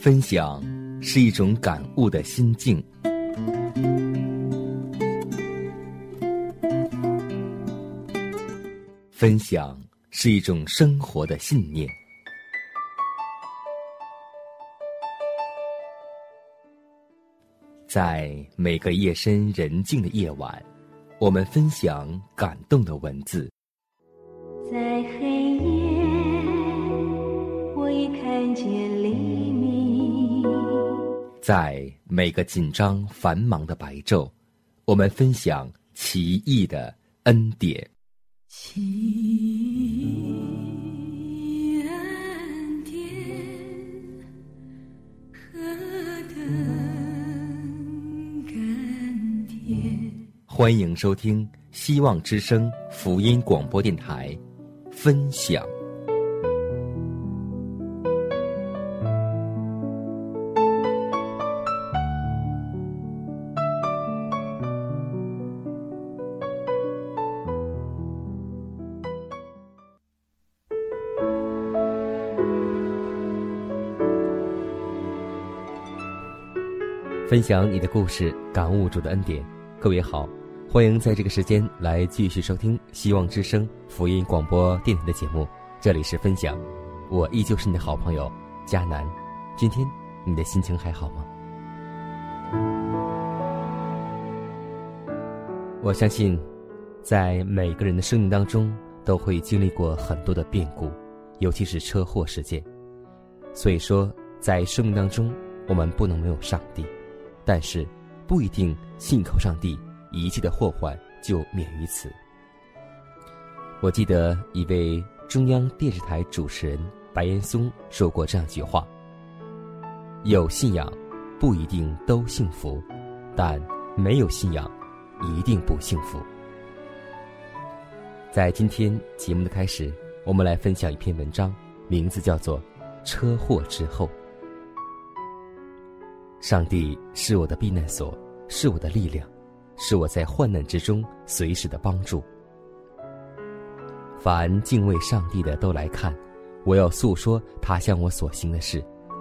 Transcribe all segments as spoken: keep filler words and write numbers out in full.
分享是一种感悟的心境，分享是一种生活的信念。在每个夜深人静的夜晚，我们分享感动的文字。 在黑夜，我已看见黎明。 在每个紧张繁忙的白昼，我们分享奇异的恩典。 奇异恩典，何等甘甜。 欢迎收听希望之声福音广播电台分享。分享你的故事，感悟主的恩典。各位好，欢迎在这个时间来继续收听希望之声福音广播电台的节目，这里是分享，我依旧是你的好朋友佳南。今天你的心情还好吗？我相信在每个人的生命当中都会经历过很多的变故，尤其是车祸事件。所以说在生命当中我们不能没有上帝，但是不一定信靠上帝一切的祸患就免于此。我记得一位中央电视台主持人白岩松说过这样一句话：有信仰不一定都幸福，但没有信仰一定不幸福。在今天节目的开始，我们来分享一篇文章，名字叫做《车祸之后》。上帝是我的避难所，是我的力量，是我在患难之中随时的帮助。凡敬畏上帝的都来看，我要诉说他向我所行的事。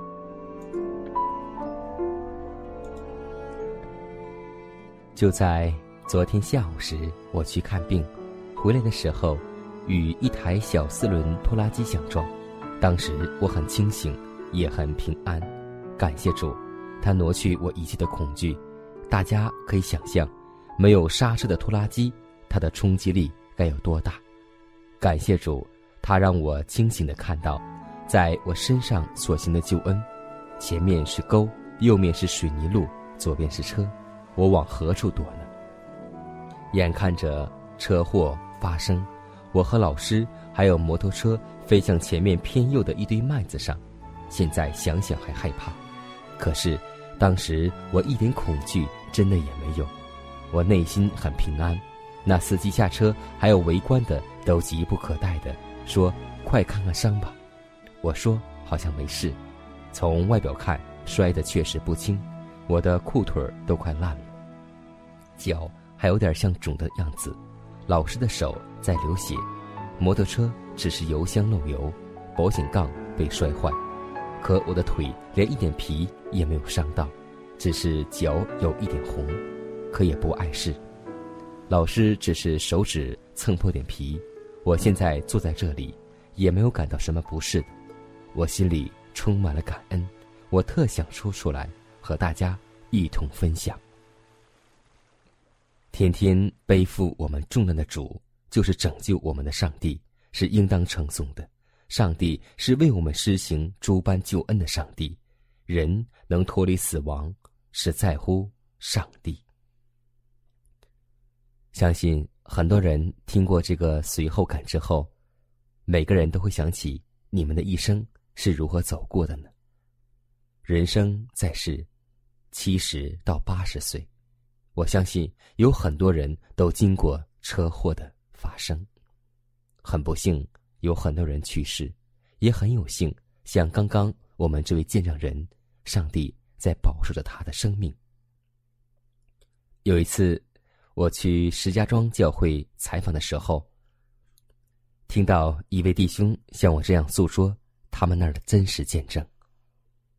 就在昨天下午时，我去看病，回来的时候与一台小四轮拖拉机相撞。当时我很清醒，也很平安，感谢主，他挪去我一切的恐惧。大家可以想象，没有刹车的拖拉机，它的冲击力该有多大。感谢主，他让我清醒地看到在我身上所行的救恩。前面是沟，右面是水泥路，左边是车，我往何处躲呢？眼看着车祸发生，我和老师还有摩托车飞向前面偏右的一堆麦子上。现在想想还害怕，可是当时我一点恐惧真的也没有，我内心很平安。那司机下车，还有围观的都急不可待的说：快看看伤吧。我说好像没事，从外表看摔得确实不轻，我的裤腿都快烂了，脚还有点像肿的样子，老师的手在流血，摩托车只是油箱漏油，保险杠被摔坏，可我的腿连一点皮也没有伤到，只是脚有一点红，可也不碍事。老师只是手指蹭破点皮，我现在坐在这里也没有感到什么不适的，我心里充满了感恩，我特想说出来和大家一同分享。天天背负我们重担的主，就是拯救我们的上帝，是应当称颂的。上帝是为我们施行诸般救恩的上帝，人能脱离死亡是在乎上帝。相信很多人听过这个随后感之后，每个人都会想起你们的一生是如何走过的呢？人生在世七十到八十岁，我相信有很多人都经过车祸的发生。很不幸有很多人去世，也很有幸像刚刚我们这位见证人，上帝在保守着他的生命。有一次我去石家庄教会采访的时候，听到一位弟兄向我这样诉说他们那儿的真实见证。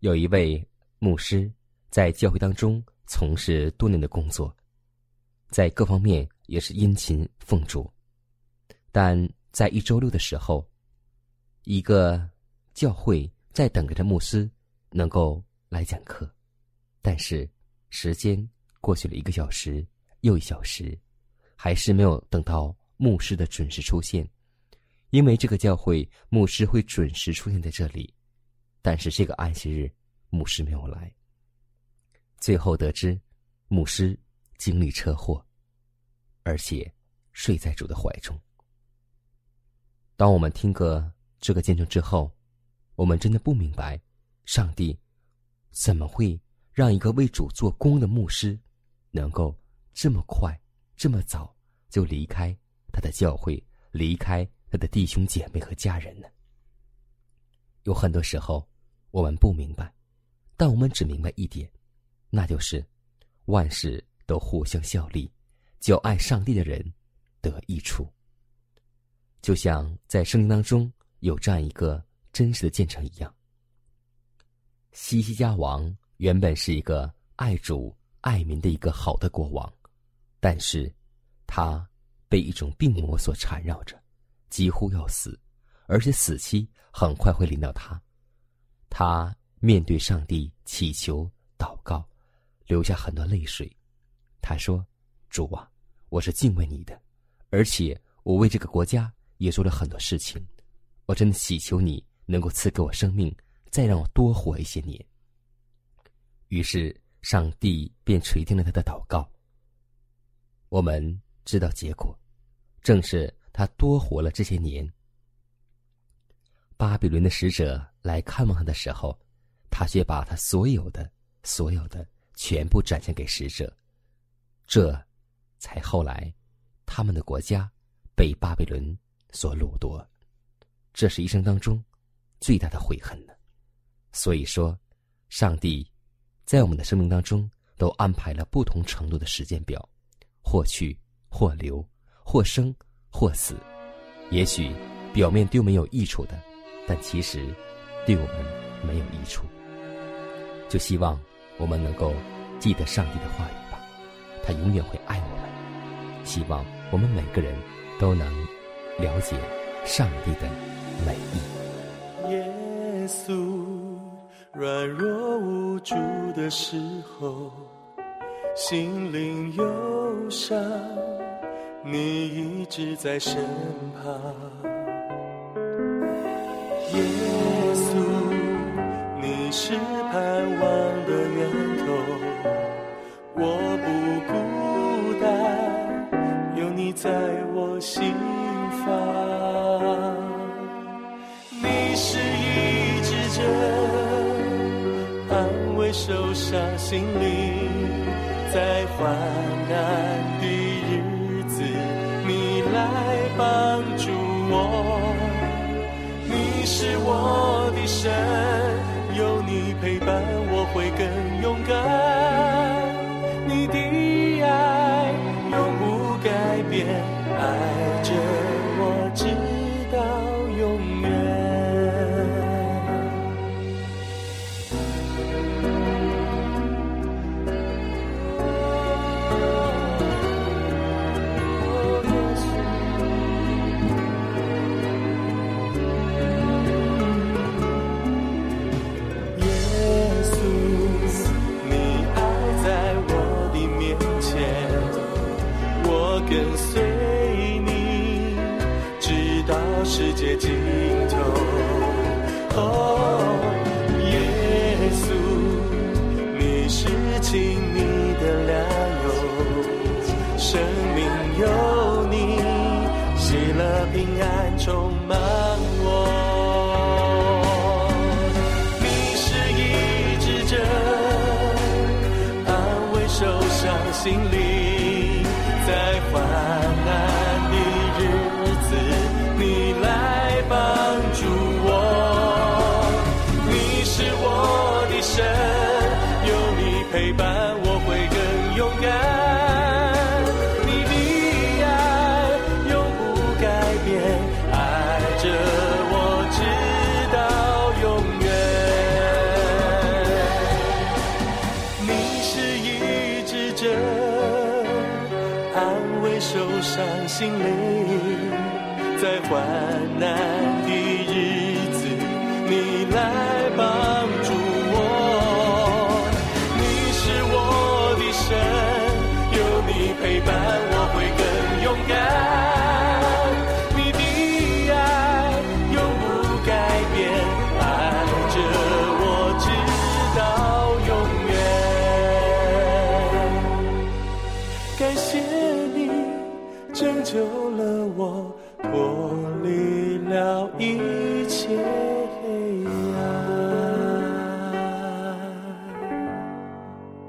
有一位牧师在教会当中从事多年的工作，在各方面也是殷勤奉主，但在一周六的时候，一个教会在等着牧师能够来讲课，但是时间过去了一个小时又一小时，还是没有等到牧师的准时出现。因为这个教会牧师会准时出现在这里，但是这个安息日牧师没有来。最后得知牧师经历车祸，而且睡在主的怀中。当我们听过这个见证之后，我们真的不明白上帝怎么会让一个为主做工的牧师能够这么快这么早就离开他的教会，离开他的弟兄姐妹和家人呢？有很多时候我们不明白，但我们只明白一点，那就是万事都互相效力，叫爱上帝的人得益处。就像在圣经当中有这样一个真实的见证一样，西西家王原本是一个爱主爱民的一个好的国王，但是他被一种病魔所缠绕着，几乎要死，而且死期很快会临到他。他面对上帝祈求祷告，流下很多泪水。他说，主啊，我是敬畏你的，而且我为这个国家也做了很多事情，我真的祈求你能够赐给我生命，再让我多活一些年。于是上帝便垂听了他的祷告。我们知道结果，正是他多活了这些年。巴比伦的使者来看望他的时候，他却把他所有的所有的全部展现给使者，这才后来他们的国家被巴比伦所掳夺。这是一生当中最大的悔恨了。所以说，上帝在我们的生命当中都安排了不同程度的时间表，或去或留，或生或死。也许表面对我们有益处的，但其实对我们没有益处。就希望我们能够记得上帝的话语吧，他永远会爱我们。希望我们每个人都能了解上帝的美意。 耶稣，软弱无助的时候，心灵忧伤，你一直在身旁。耶稣，你是盼望的源头，我不孤单，有你在我心房。你是医治者，安慰受伤心灵，在患难的日子，你来帮助我。你是我的神，有你陪伴我会更勇敢。你的爱永不改变，爱着我直到永远。跟随你直到世界尽头。哦，耶稣，你是亲密的良友，生命有你，喜乐平安充满我。你是医治者，安慰受伤心灵，在患难的日子，你来帮助我。你是我的神，有你陪伴我会更勇敢。你的爱永不改变，爱着我直到永远。 上心灵，在患难的日子，你来帮助我。你是我的神，有你陪伴，我会更勇敢。你的爱永不改变，爱着我直到永远。感谢你拯救了我，脱离了一切黑暗。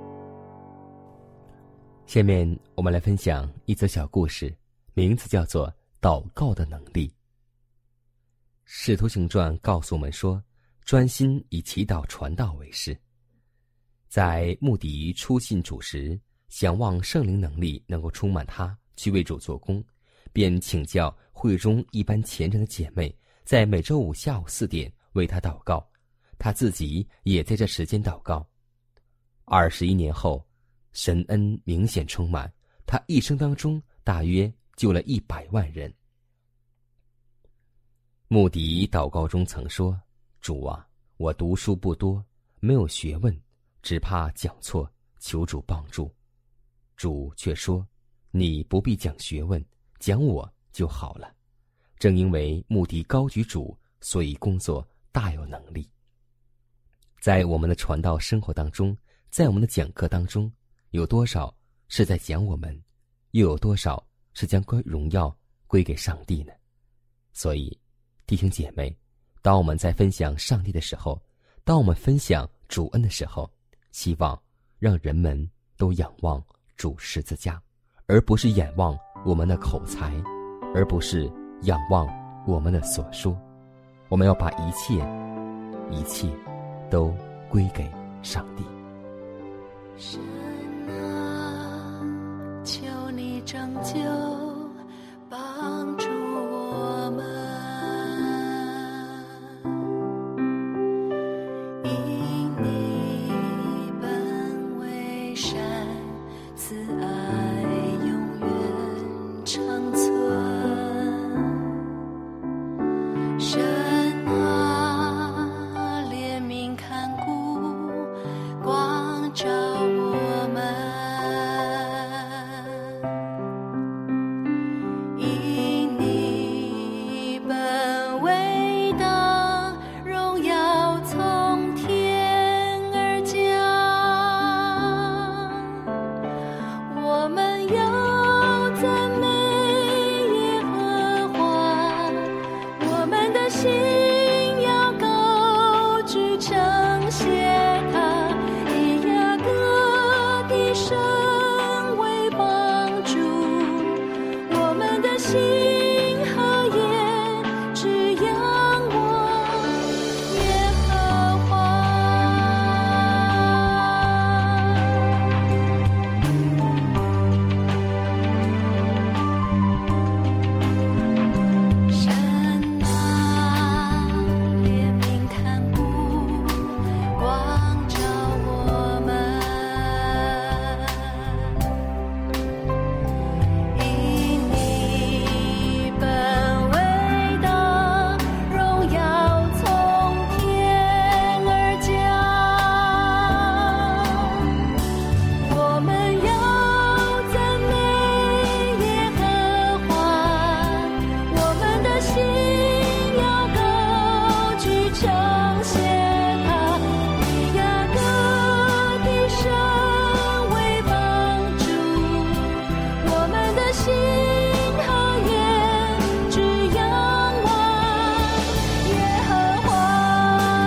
下面我们来分享一则小故事，名字叫做《祷告的能力》。使徒行传告诉我们说，专心以祈祷传道为事。在穆迪初信主时，想望圣灵能力能够充满他去为主做工，便请教会中一般虔诚的姐妹，在每周五下午四点为他祷告，他自己也在这时间祷告。二十一年后，神恩明显充满，他一生当中大约救了一百万人。穆迪祷告中曾说，主啊，我读书不多，没有学问，只怕讲错，求主帮助。主却说，你不必讲学问，讲我就好了。正因为穆迪高举主，所以工作大有能力。在我们的传道生活当中，在我们的讲课当中，有多少是在讲我们，又有多少是将归荣耀归给上帝呢？所以弟兄姐妹，当我们在分享上帝的时候，当我们分享主恩的时候，希望让人们都仰望主十字架，而不是仰望我们的口才，而不是仰望我们的所说。我们要把一切一切都归给上帝。 神啊，求你拯救帮助我们，因你本为善，慈爱永远长存。神啊，怜悯看顾，光照我们，因你本伟大，荣耀从天而降。我们要赞美耶和华，我们的心要高举称谢他，以雅各的神为帮助，我们的心和眼只仰望耶和华。神啊，怜悯看顾，光照我们，因你本伟大，荣耀从天而降。我们要赞美耶和华，我们的心要高举称谢他，以雅各的神为帮助，我们的心和眼只仰望耶和华。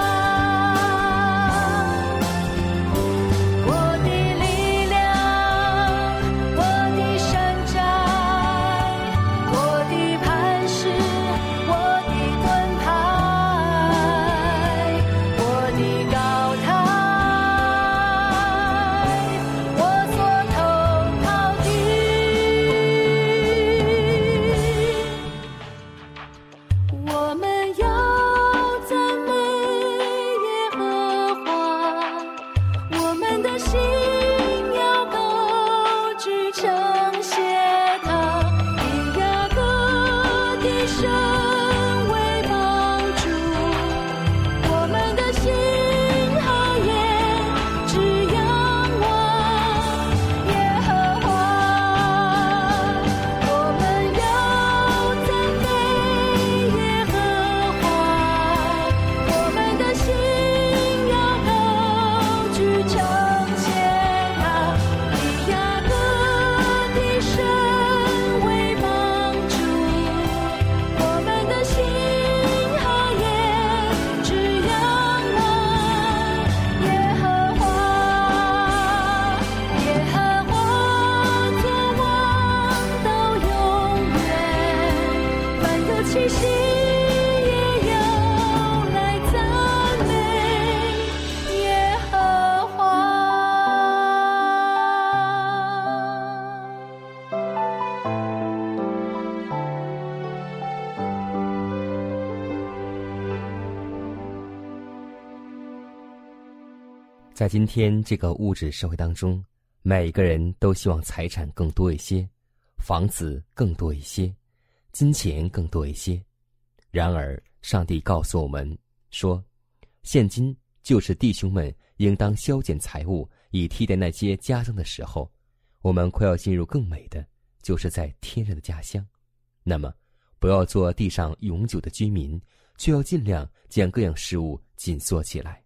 我的力量，我的山寨，我的磐石，我的盾牌， 在今天这个物质社会当中，每个人都希望财产更多一些，房子更多一些，金钱更多一些。然而上帝告诉我们说，现今就是弟兄们应当削减财物，以替代那些加增的时候，我们快要进入更美的，就是在天上的家乡。那么不要做地上永久的居民，却要尽量将各样事物紧缩起来。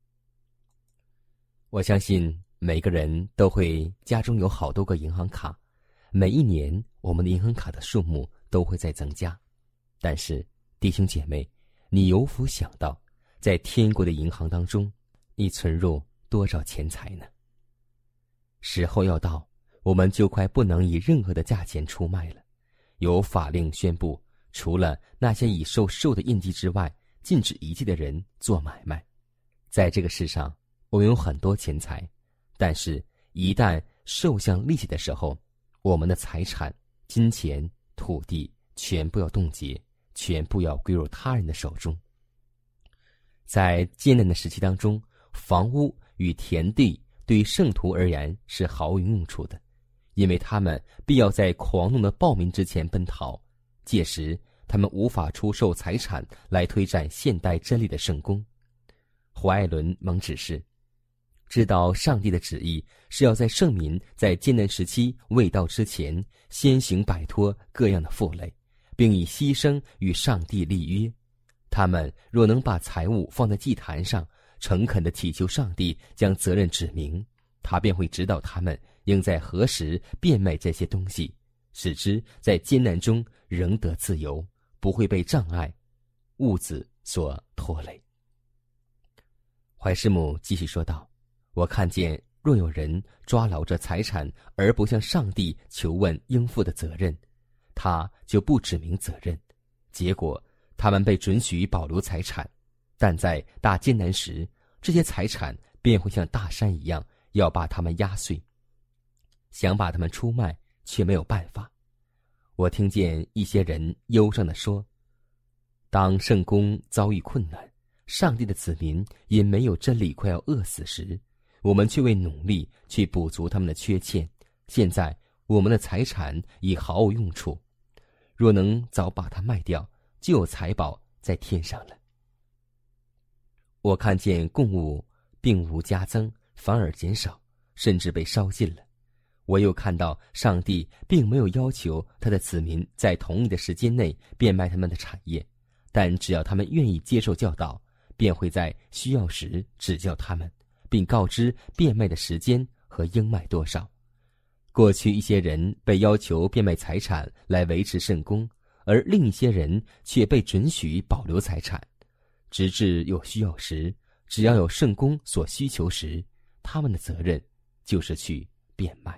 我相信每个人都会家中有好多个银行卡，每一年我们的银行卡的数目都会在增加。但是弟兄姐妹，你有否想到，在天国的银行当中，你存入多少钱财呢？时候要到，我们就快不能以任何的价钱出卖了。有法令宣布，除了那些已受兽的印记之外，禁止一切的人做买卖。在这个世上，我们有很多钱财，但是一旦受向利息的时候，我们的财产、金钱、土地全部要冻结，全部要归入他人的手中。在艰难的时期当中，房屋与田地对于圣徒而言是毫无用处的，因为他们必要在狂怒的暴民之前奔逃，届时他们无法出售财产来推展现代真理的圣功。胡艾伦蒙指示，知道上帝的旨意是要在圣民在艰难时期未到之前，先行摆脱各样的负累，并以牺牲与上帝立约。他们若能把财物放在祭坛上，诚恳地祈求上帝将责任指明，他便会指导他们应在何时变卖这些东西，使之在艰难中仍得自由，不会被障碍、物子所拖累。怀师母继续说道，我看见若有人抓牢着财产而不向上帝求问应负的责任，他就不指明责任，结果他们被准许保留财产，但在大艰难时，这些财产便会像大山一样要把他们压碎，想把他们出卖却没有办法。我听见一些人忧伤地说，当圣公遭遇困难，上帝的子民因没有真理快要饿死时，我们却为努力去补足他们的缺欠，现在我们的财产已毫无用处，若能早把它卖掉，就有财宝在天上了。我看见供物并无加增，反而减少，甚至被烧尽了。我又看到上帝并没有要求他的子民在同一的时间内变卖他们的产业，但只要他们愿意接受教导，便会在需要时指教他们，并告知变卖的时间和应卖多少。过去一些人被要求变卖财产来维持圣功，而另一些人却被准许保留财产，直至有需要时，只要有圣功所需求时，他们的责任就是去变卖。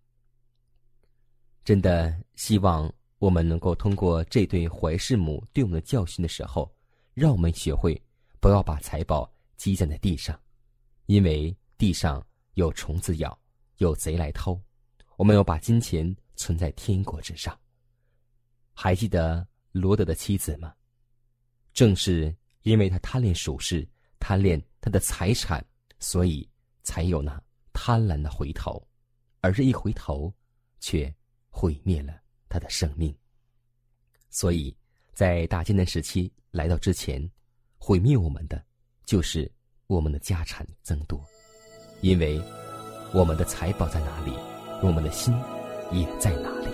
真的希望我们能够通过这对怀师母对我们的教训的时候，让我们学会不要把财宝积攒在地上，因为地上有虫子咬，有贼来偷。我们要把金钱存在天国之上。还记得罗德的妻子吗？正是因为他贪恋属世，贪恋他的财产，所以才有那贪婪的回头，而这一回头却毁灭了他的生命。所以在大艰难时期来到之前，毁灭我们的就是我们的家产增多，因为我们的财宝在哪里，我们的心也在哪里。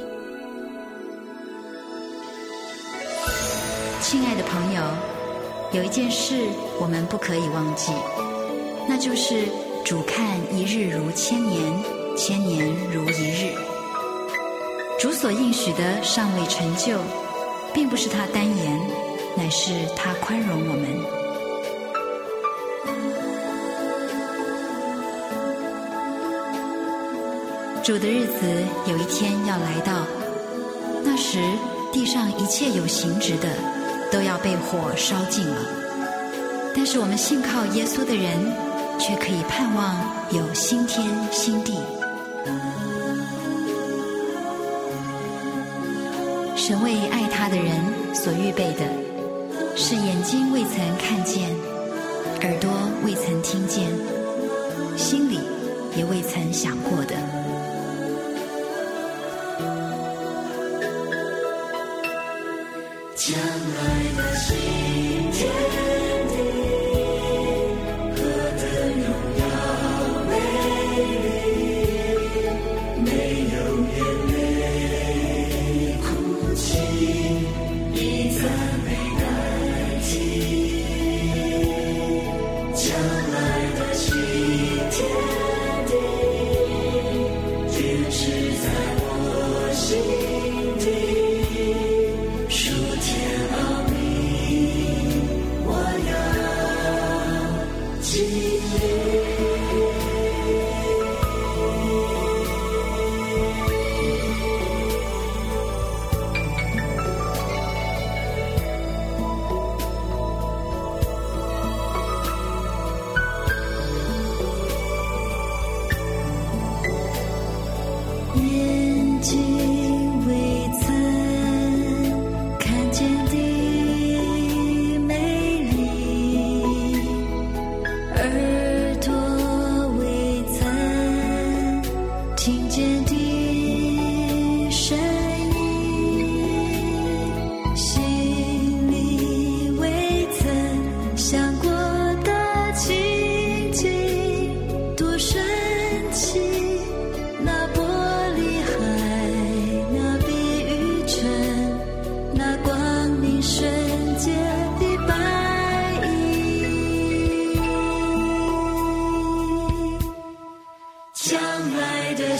亲爱的朋友，有一件事我们不可以忘记，那就是主看一日如千年，千年如一日。主所应许的尚未成就，并不是他单言，乃是他宽容我们。主的日子有一天要来到，那时地上一切有形质的都要被火烧尽了，但是我们信靠耶稣的人却可以盼望有新天新地。神为爱他的人所预备的，是眼睛未曾看见，耳朵未曾听见，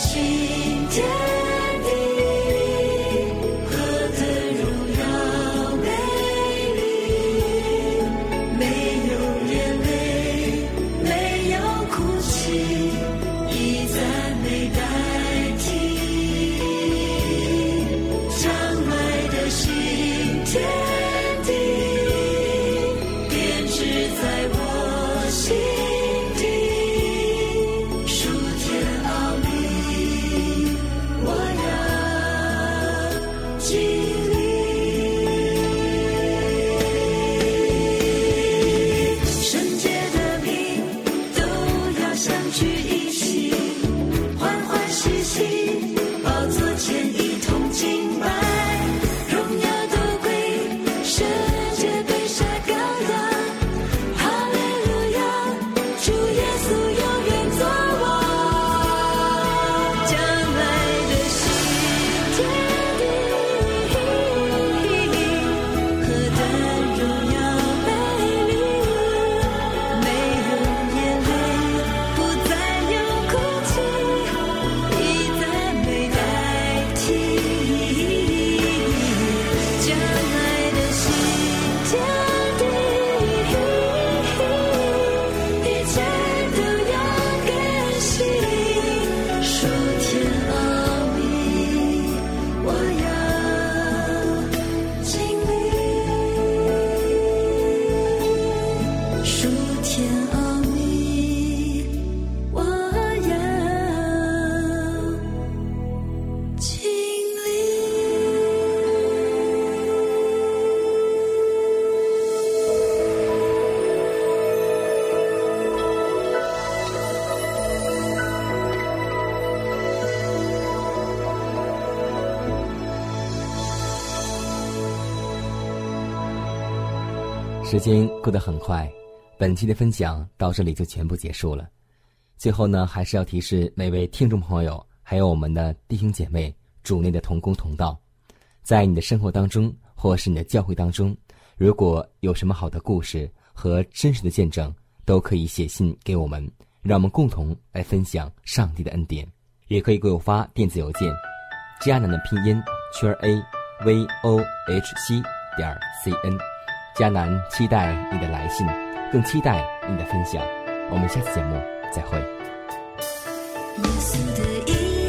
时间过得很快，本期的分享到这里就全部结束了。最后呢，还是要提示每位听众朋友，还有我们的弟兄姐妹、主内的同工同道，在你的生活当中，或是你的教会当中，如果有什么好的故事和真实的见证，都可以写信给我们，让我们共同来分享上帝的恩典。也可以给我发电子邮件，迦南的拼音圈 A V O H C 点 C N。迦南期待你的来信，更期待你的分享。我们下次节目再会。 耶稣的意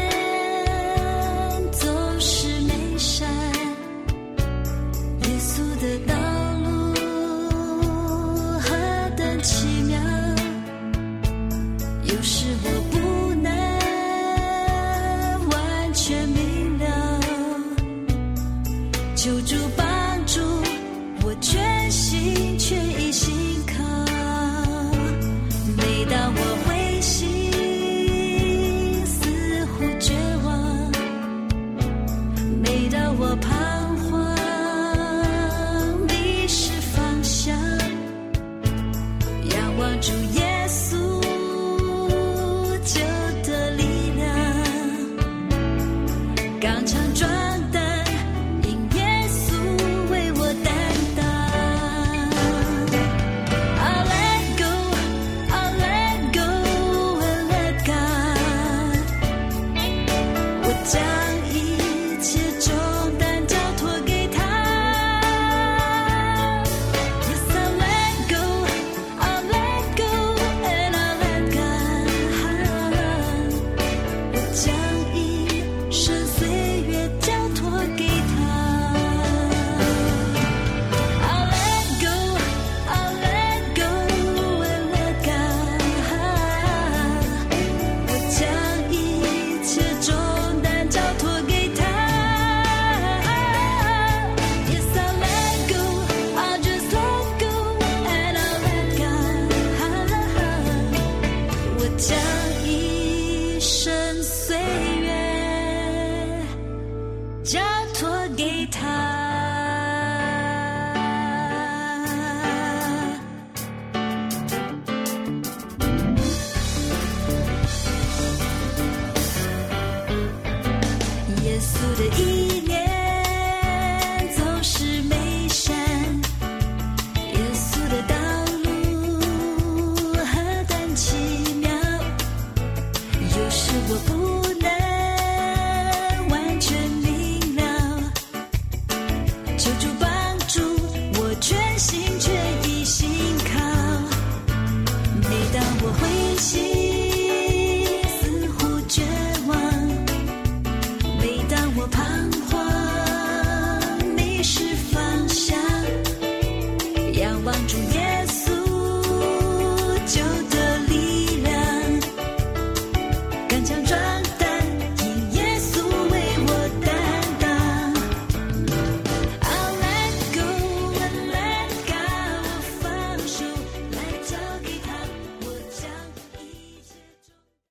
念总是美善，耶稣的道路何等奇妙，有时我不能完全明了，求主帮助我全心全意信靠。每当我灰心似乎绝望，每当我彷徨迷失方向，仰望主耶